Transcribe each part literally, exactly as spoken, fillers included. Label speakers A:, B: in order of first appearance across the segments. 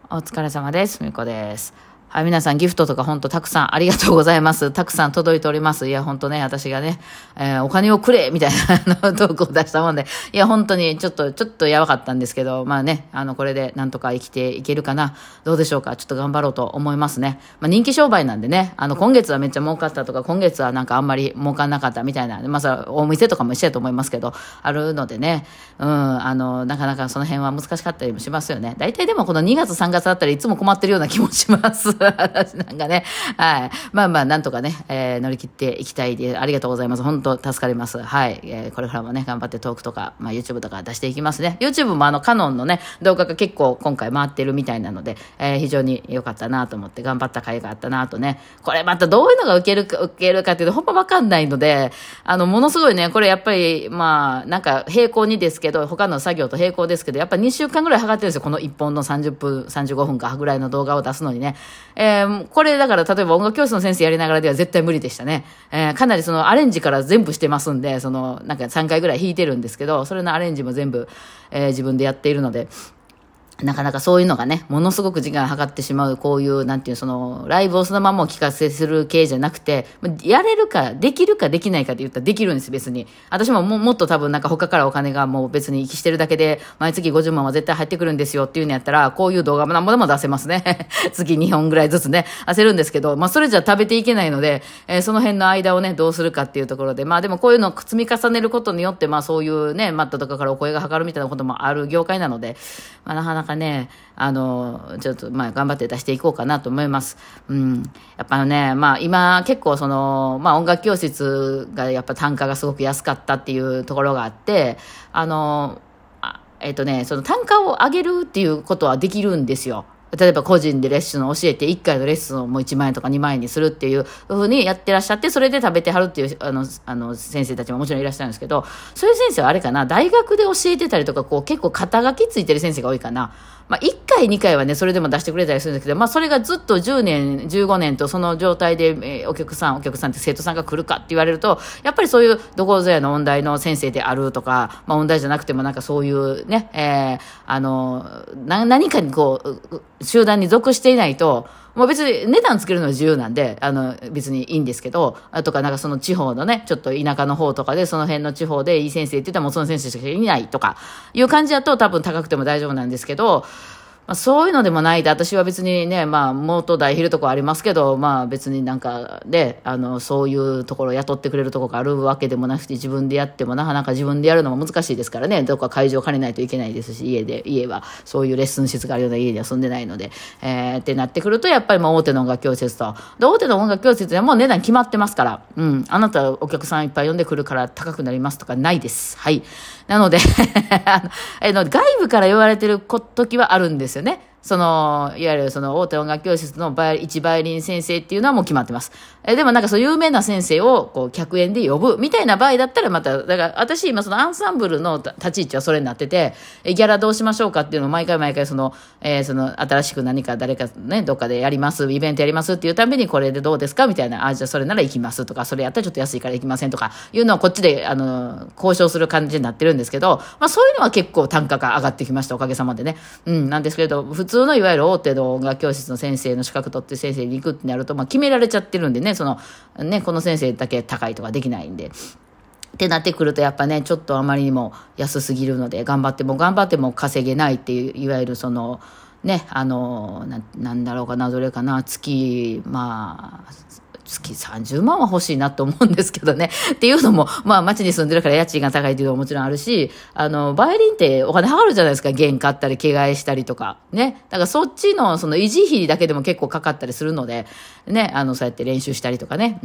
A: お疲れ様です。みこです。はい、皆さんギフトとか本当たくさんありがとうございます。たくさん届いております。いや、本当ね、私がね、えー、お金をくれみたいなトークを出したもんで、いや、本当にちょっと、ちょっとやばかったんですけど、まあね、あの、これでなんとか生きていけるかな。どうでしょうか。ちょっと頑張ろうと思いますね。まあ人気商売なんでね、あの、今月はめっちゃ儲かったとか、今月はなんかあんまり儲かんなかったみたいな、まあさ、お店とかも一緒やと思いますけど、あるのでね、うん、あの、なかなかその辺は難しかったりもしますよね。大体でもこのにがつさんがつあったらいつも困ってるような気もします。私なんかね、はい。まあまあ、なんとかね、えー、乗り切っていきたいで、ありがとうございます。本当助かります。はい。えー、これからもね、頑張ってトークとか、まあ YouTube とか出していきますね。YouTube もあの、カノンのね、動画が結構今回回ってるみたいなので、えー、非常に良かったなと思って、頑張った甲斐があったなとね。これまたどういうのが受けるか、受けるかっていうと、ほんまわかんないので、あの、ものすごいね、これやっぱり、まあ、なんか並行にですけど、他の作業と並行ですけど、やっぱにしゅうかんぐらい測ってるんですよ。このいっぽんのさんじゅっぷん、さんじゅうごふんかぐらいの動画を出すのにね。えー、これだから例えば音楽教室の先生やりながらでは絶対無理でしたね。えー、かなりそのアレンジから全部してますんで、そのなんかさんかいぐらい弾いてるんですけど、それのアレンジも全部、えー、自分でやっているので、なかなかそういうのがね、ものすごく時間がかかってしまう、こういう、なんていう、その、ライブをそのままお聞かせする系じゃなくて、やれるか、できるかできないかって言ったらできるんです、別に。私もももっと多分なんか他からお金がもう別にしてるだけで、毎月ごじゅうまんは絶対入ってくるんですよっていうのやったら、こういう動画も何もでも出せますね。月にほんぐらいずつね、出せるんですけど、まあそれじゃ食べていけないので、えー、その辺の間をね、どうするかっていうところで、まあでもこういうのを積み重ねることによって、まあそういうね、マットとかからお声がかかるみたいなこともある業界なので、まあなかなかね、あの、ちょっと、まあ、頑張って出していこうかなと思います。うん。やっぱね、まあ、今、結構その、まあ、音楽教室が、やっぱ単価がすごく安かったっていうところがあって、あの、あえっとね、その単価を上げるっていうことはできるんですよ。例えば個人でレッスンを教えていっかいのレッスンをもういちまんえんとかにまんえんにするっていう風にやってらっしゃって、それで食べてはるっていうあのあの先生たちももちろんいらっしゃるんですけど、そういう先生はあれかな、大学で教えてたりとか、こう結構肩書きついてる先生が多いかな。まあいっかいにかいはねそれでも出してくれたりするんですけど、まあそれがずっとじゅうねんじゅうごねんとその状態で、えー、お客さんお客さんって生徒さんが来るかって言われると、やっぱりそういうどこぞやの音大の先生であるとか、まあ音大じゃなくてもなんかそういうね、えー、あのな何かにこう集団に属していないと、もう別に値段つけるのは自由なんで、あの、別にいいんですけど、あとかなんかその地方のね、ちょっと田舎の方とかで、その辺の地方でいい先生って言ったらもうその先生しかいないとか、いう感じだと多分高くても大丈夫なんですけど、まあ、そういうのでもないで、私は別にね、まあ、元代いるとこありますけど、まあ別になんかで、あの、そういうところ雇ってくれるところがあるわけでもなくて、自分でやってもなかなか自分でやるのも難しいですからね、どこか会場を借りないといけないですし、家で、家は、そういうレッスン室があるような家には住んでないので、えー、ってなってくると、やっぱりもう大手の音楽教室と、で、大手の音楽教室ではもう値段決まってますから、うん、あなたお客さんいっぱい呼んでくるから高くなりますとかないです。はい。なのであの、外部から言われてる時はあるんですよね。その、いわゆるその大手音楽教室のバイ一バイオリン先生っていうのはもう決まってます。え、でもなんかそう有名な先生をこう客演で呼ぶみたいな場合だったらまた、だから私今そのアンサンブルの立ち位置はそれになってて、ギャラどうしましょうかっていうのを毎回毎回その、えー、その新しく何か誰かね、どっかでやります、イベントやりますっていうたびにこれでどうですかみたいな、あ、じゃあそれなら行きますとか、それやったらちょっと安いから行きませんとかいうのをこっちであの、交渉する感じになってるんですけど、まあそういうのは結構単価が上がってきました、おかげさまでね。うん、なんですけど、普通のいわゆる大手の音楽教室の先生の資格取って先生に行くってなると、まあ決められちゃってるんでね、その、ね、この先生だけ高いとかできないんで。ってなってくるとやっぱね、ちょっとあまりにも安すぎるので、頑張っても頑張っても稼げないっていう、いわゆるその、ね、あの、な、なんだろうかな、どれかな、月、まあ、月さんじゅうまんは欲しいなと思うんですけどね。っていうのも、まあ街に住んでるから家賃が高いっていうのももちろんあるし、あの、バイオリンってお金かかるじゃないですか。弦買ったり、着替えしたりとか。ね。だからそっちのその維持費だけでも結構かかったりするので、ね、あの、そうやって練習したりとかね。うん、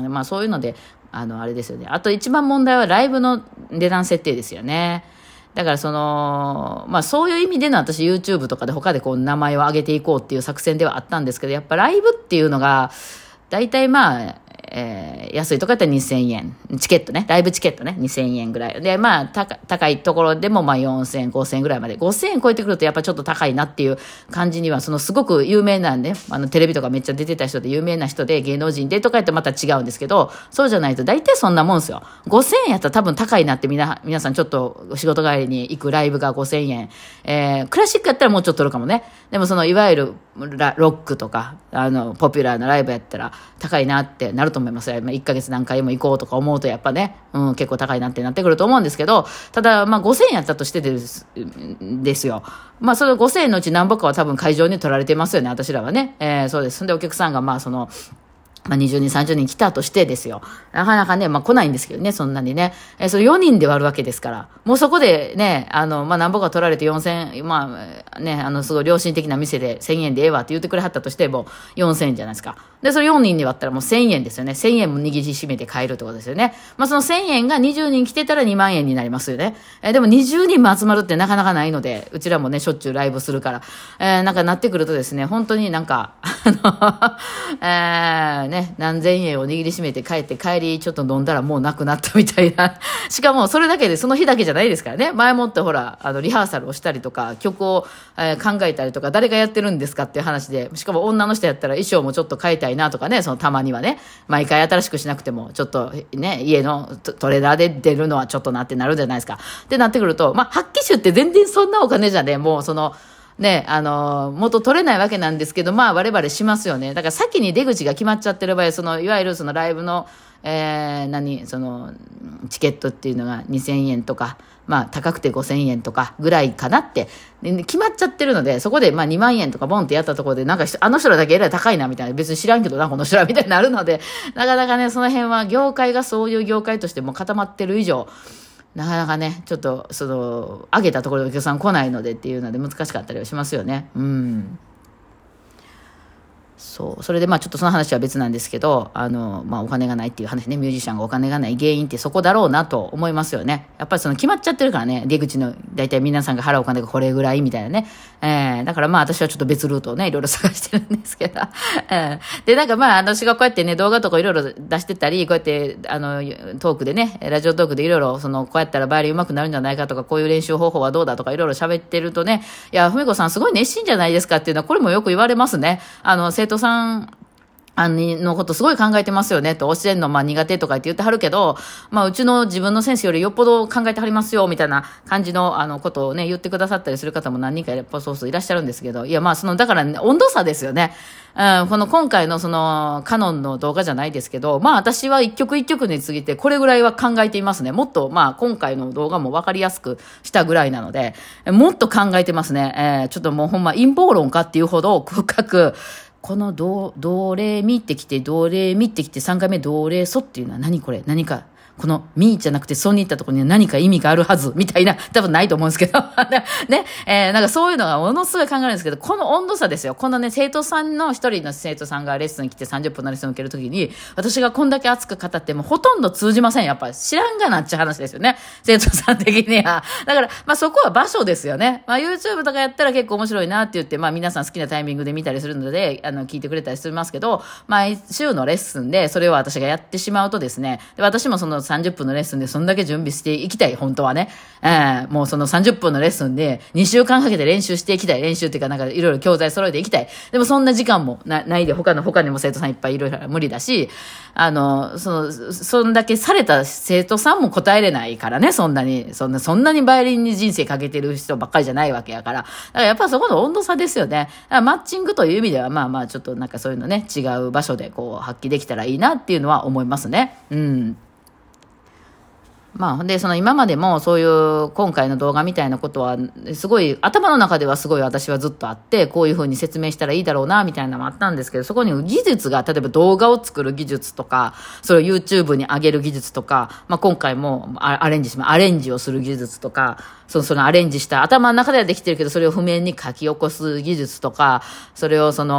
A: まあそういうので、あの、あれですよね。あと一番問題はライブの値段設定ですよね。だからその、まあそういう意味での私 YouTube とかで他でこう名前を上げていこうっていう作戦ではあったんですけど、やっぱライブっていうのが、大体まあ、 えー、安いとこやったらにせんえん。チケットね。ライブチケットね。にせんえんぐらい。で、まあ、高、高いところでもまあよんせんえん、ごせんえんぐらいまで。ごせんえん超えてくるとやっぱちょっと高いなっていう感じには、そのすごく有名なんで、あの、テレビとかめっちゃ出てた人で有名な人で芸能人でとかやったらまた違うんですけど、そうじゃないと大体そんなもんですよ。ごせんえんやったら多分高いなってみな、皆さんちょっと仕事帰りに行くライブがごせんえん。えー、クラシックやったらもうちょっと取るかもね。でもそのいわゆるロックとか、あの、ポピュラーなライブやったら高いなってなると思いますよ。いっかげつ何回も行こうとか思うとやっぱね、うん、結構高いなってなってくると思うんですけど、ただ、まあごせんえんやったとしてです、ですよ。まあそのごせんえんのうち何ぼかは多分会場に取られてますよね、私らはね。えー、そうです。そんでお客さんがまあその、まあ、にじゅうにん、さんじゅうにん来たとしてですよ。なかなかね、まあ来ないんですけどね、そんなにね。えー、それよにんで割るわけですから。もうそこでね、あの、まあ何ぼか取られてよんせん、まあね、あの、すごい良心的な店でせんえんでええわって言ってくれはったとしてもよんせんえんじゃないですか。で、それよにんに割ったらもうせんえんですよね。せんえんも握りしめて買えるってことですよね。まあそのせんえんがにじゅうにん来てたらにまんえんになりますよね。えー、でもにじゅうにんも集まるってなかなかないので、うちらもね、しょっちゅうライブするから、えー、なんかなってくるとですね、本当になんか、あの、えー、ね、何千円を握りしめて帰って帰りちょっと飲んだらもうなくなったみたいな。しかもそれだけでその日だけじゃないですからね。前もってほら、あの、リハーサルをしたりとか、曲を、えー、考えたりとか、誰がやってるんですかっていう話で、しかも女の人やったら衣装もちょっと変えたいなとかね、そのたまにはね、毎回新しくしなくても、ちょっとね、家のトレーラーで出るのはちょっとなってなるじゃないですか。ってなってくると、まあ、発揮集って全然そんなお金じゃね、もうその、ね、あの、元取れないわけなんですけど、まあ、我々しますよね。だから先に出口が決まっちゃってる場合、その、いわゆるそのライブの、えー、何、その、チケットっていうのがにせんえんとか、まあ、高くてごせんえんとかぐらいかなって、決まっちゃってるので、そこでまあにまんえんとかボンってやったところで、なんかあの人らだけえらい高いなみたいな、別に知らんけどな、この人らみたいになるので、なかなかね、その辺は業界がそういう業界としても固まってる以上、なかなかね、ちょっと、その、上げたところでお客さん来ないのでっていうので難しかったりはしますよね。うん。そう。それでまあちょっとその話は別なんですけど、あの、まあお金がないっていう話ね、ミュージシャンがお金がない原因ってそこだろうなと思いますよね。やっぱりその決まっちゃってるからね、出口の大体皆さんが払うお金がこれぐらいみたいなね。えー、だからまあ私はちょっと別ルートをね、いろいろ探してるんですけど。えー、で、なんかまあ私がこうやってね、動画とかいろいろ出してたり、こうやってあの、トークでね、ラジオトークでいろいろその、こうやったらバイオリン上手くなるんじゃないかとか、こういう練習方法はどうだとかいろいろ喋ってるとね、いや、ふみこさんすごい熱心じゃないですかっていうのは、これもよく言われますね。あの、生徒さん、あのことすごい考えてますよねと、教えるのまあ苦手とかって言ってはるけど、まあうちの自分の先生よりよっぽど考えてはりますよみたいな感じのあのことをね言ってくださったりする方も何人かやっぱそうそういらっしゃるんですけど、いやまあそのだから、ね、温度差ですよね。うん、この今回のそのカノンの動画じゃないですけど、まあ私は一曲一曲についてこれぐらいは考えていますね。もっとまあ今回の動画も分かりやすくしたぐらいなので、もっと考えてますね。えー、ちょっともうほんま陰謀論かっていうほど深く、このド、ドレミってきて、ドレミってきて、さんかいめドレソっていうのは何これ何か、このミじゃなくてソに行ったところには何か意味があるはず、みたいな、多分ないと思うんですけど、ね、えー、なんかそういうのがものすごい考えるんですけど、この温度差ですよ。このね、生徒さんの一人の生徒さんがレッスンに来てさんじゅっぷんのレッスンを受けるときに、私がこんだけ熱く語ってもほとんど通じません。やっぱり知らんがなっちゃう話ですよね。生徒さん的には。だから、まあそこは場所ですよね。まあ YouTube とかやったら結構面白いなって言って、まあ皆さん好きなタイミングで見たりするので、あの、聞いてくれたりしますけど、毎週のレッスンでそれを私がやってしまうとですね、で私もそのさんじゅっぷんのレッスンでそんだけ準備していきたい、本当はね。えー、もうそのさんじゅっぷんのレッスンでにしゅうかんかけて練習していきたい。練習っていうかなんかいろいろ教材揃えていきたい。でもそんな時間も な, ないで、他の他にも生徒さんいっぱいいろいろ無理だし、あの、その、そんだけされた生徒さんも答えれないからね、そんなに、そんな、そんなにバイオリンに人生かけてる人ばっかりじゃないわけやから。だからやっぱそこの温度差ですよね。だからマッチングという意味ではまあまあちょっとなんかそういうのね、違う場所でこう発揮できたらいいなっていうのは思いますね。うん。まあ、で、その今までもそういう今回の動画みたいなことは、すごい、頭の中ではすごい私はずっとあって、こういうふうに説明したらいいだろうな、みたいなのもあったんですけど、そこに技術が、例えば動画を作る技術とか、それを YouTube に上げる技術とか、まあ今回もアレンジします。アレンジをする技術とか、その、そのアレンジした頭の中ではできてるけど、それを譜面に書き起こす技術とか、それをその、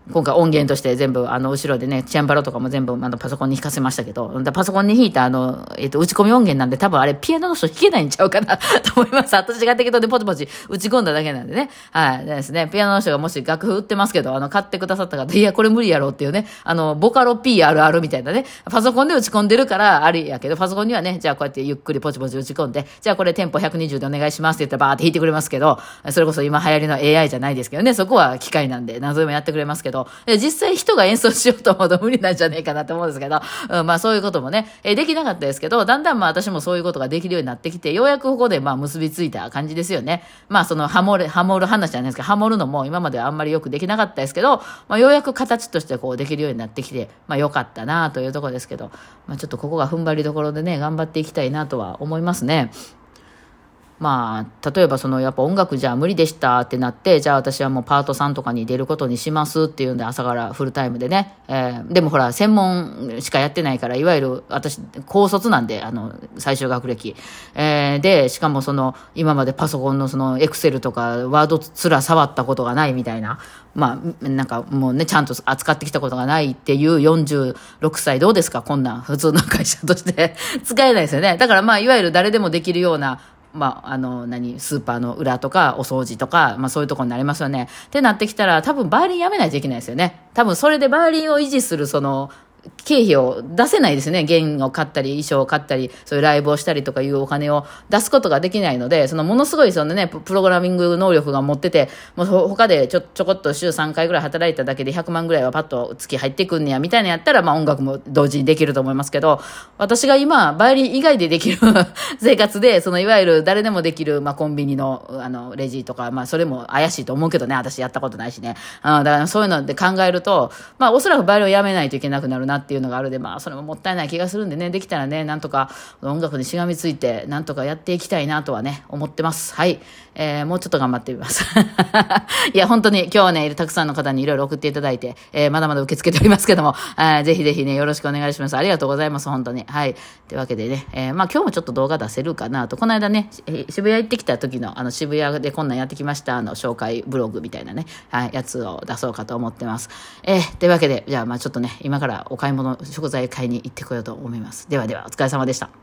A: 今回音源として全部、あの、後ろでね、チェンバロとかも全部、あの、パソコンに弾かせましたけど、パソコンに弾いた、あの、えっと、打ち込み音源なんで、多分あれ、ピアノの人弾けないんちゃうかなと思います。私が適当でポチポチ打ち込んだだけなんでね。はい。でですね、ピアノの人がもし楽譜売ってますけど、あの、買ってくださった方、いや、これ無理やろっていうね、あの、ボカロ P あるあるみたいなね、パソコンで打ち込んでるから、ありやけど、パソコンにはね、じゃあこうやってゆっくりポチポチ打ち込んで、じゃあこれテンポひゃくにじゅうでお願いしますって言ったらバーって弾いてくれますけど、それこそ今流行りの エーアイ じゃないですけどね、そこは機械なんで、謎でもやってくれますけど、実際人が演奏しようと思うと無理なんじゃねえかなと思うんですけど、うん、まあそういうこともね、えできなかったですけど、だんだんまあ私もそういうことができるようになってきて、ようやくここでまあ結びついた感じですよね。まあそのハモる、ハモる話じゃないですか、ハモるのも今まではあんまりよくできなかったですけど、まあようやく形としてこうできるようになってきて、まあ良かったなというところですけど、まあちょっとここが踏ん張りどころでね、頑張っていきたいなとは思いますね。まあ、例えばそのやっぱ音楽じゃ無理でしたってなって、じゃあ私はもうパートさんとかに出ることにしますっていうんで、朝からフルタイムでね、えー、でもほら専門しかやってないから、いわゆる私高卒なんで、あの最終学歴、えー、でしかもその今までパソコンのそのエクセルとかワードすら触ったことがないみたいな、まあなんかもうねちゃんと扱ってきたことがないっていうよんじゅうろくさい、どうですかこんなん普通の会社として使えないですよね。だからまあいわゆる誰でもできるような、まあ、あの、何、スーパーの裏とか、お掃除とか、まあそういうところになりますよね。ってなってきたら、多分バイオリンやめないといけないですよね。多分それでバイオリンを維持する、その、経費を出せないですね。弦を買ったり、衣装を買ったり、そういうライブをしたりとかいうお金を出すことができないので、そのものすごいそのね、プログラミング能力が持ってて、もう他でちょ、ちょこっと週さんかいぐらい働いただけでひゃくまんぐらいはパッと月入ってくんねや、みたいなやったら、まあ音楽も同時にできると思いますけど、私が今、バイオリン以外でできる生活で、そのいわゆる誰でもできる、まあコンビニの、あの、レジとか、まあそれも怪しいと思うけどね、私やったことないしね。あだからそういうので考えると、まあおそらくバイオリンをやめないといけなくなるなっていうのがあるで、まあそれももったいない気がするんでね、できたらね、なんとか音楽にしがみついてなんとかやっていきたいなとはね思ってます。はい、えー、もうちょっと頑張ってみますいや本当に今日はねたくさんの方にいろいろ送っていただいて、えー、まだまだ受け付けておりますけども、えー、ぜひぜひねよろしくお願いします。ありがとうございます本当に。はい、というわけでね、えー、まあ今日もちょっと動画出せるかなと、この間ね渋谷行ってきた時のあの渋谷でこんなんやってきましたあの紹介ブログみたいなね、はい、やつを出そうかと思ってます。えー、というわけでじゃあまあちょっとね今からお買い物食材買いに行ってこようと思います。ではではお疲れ様でした。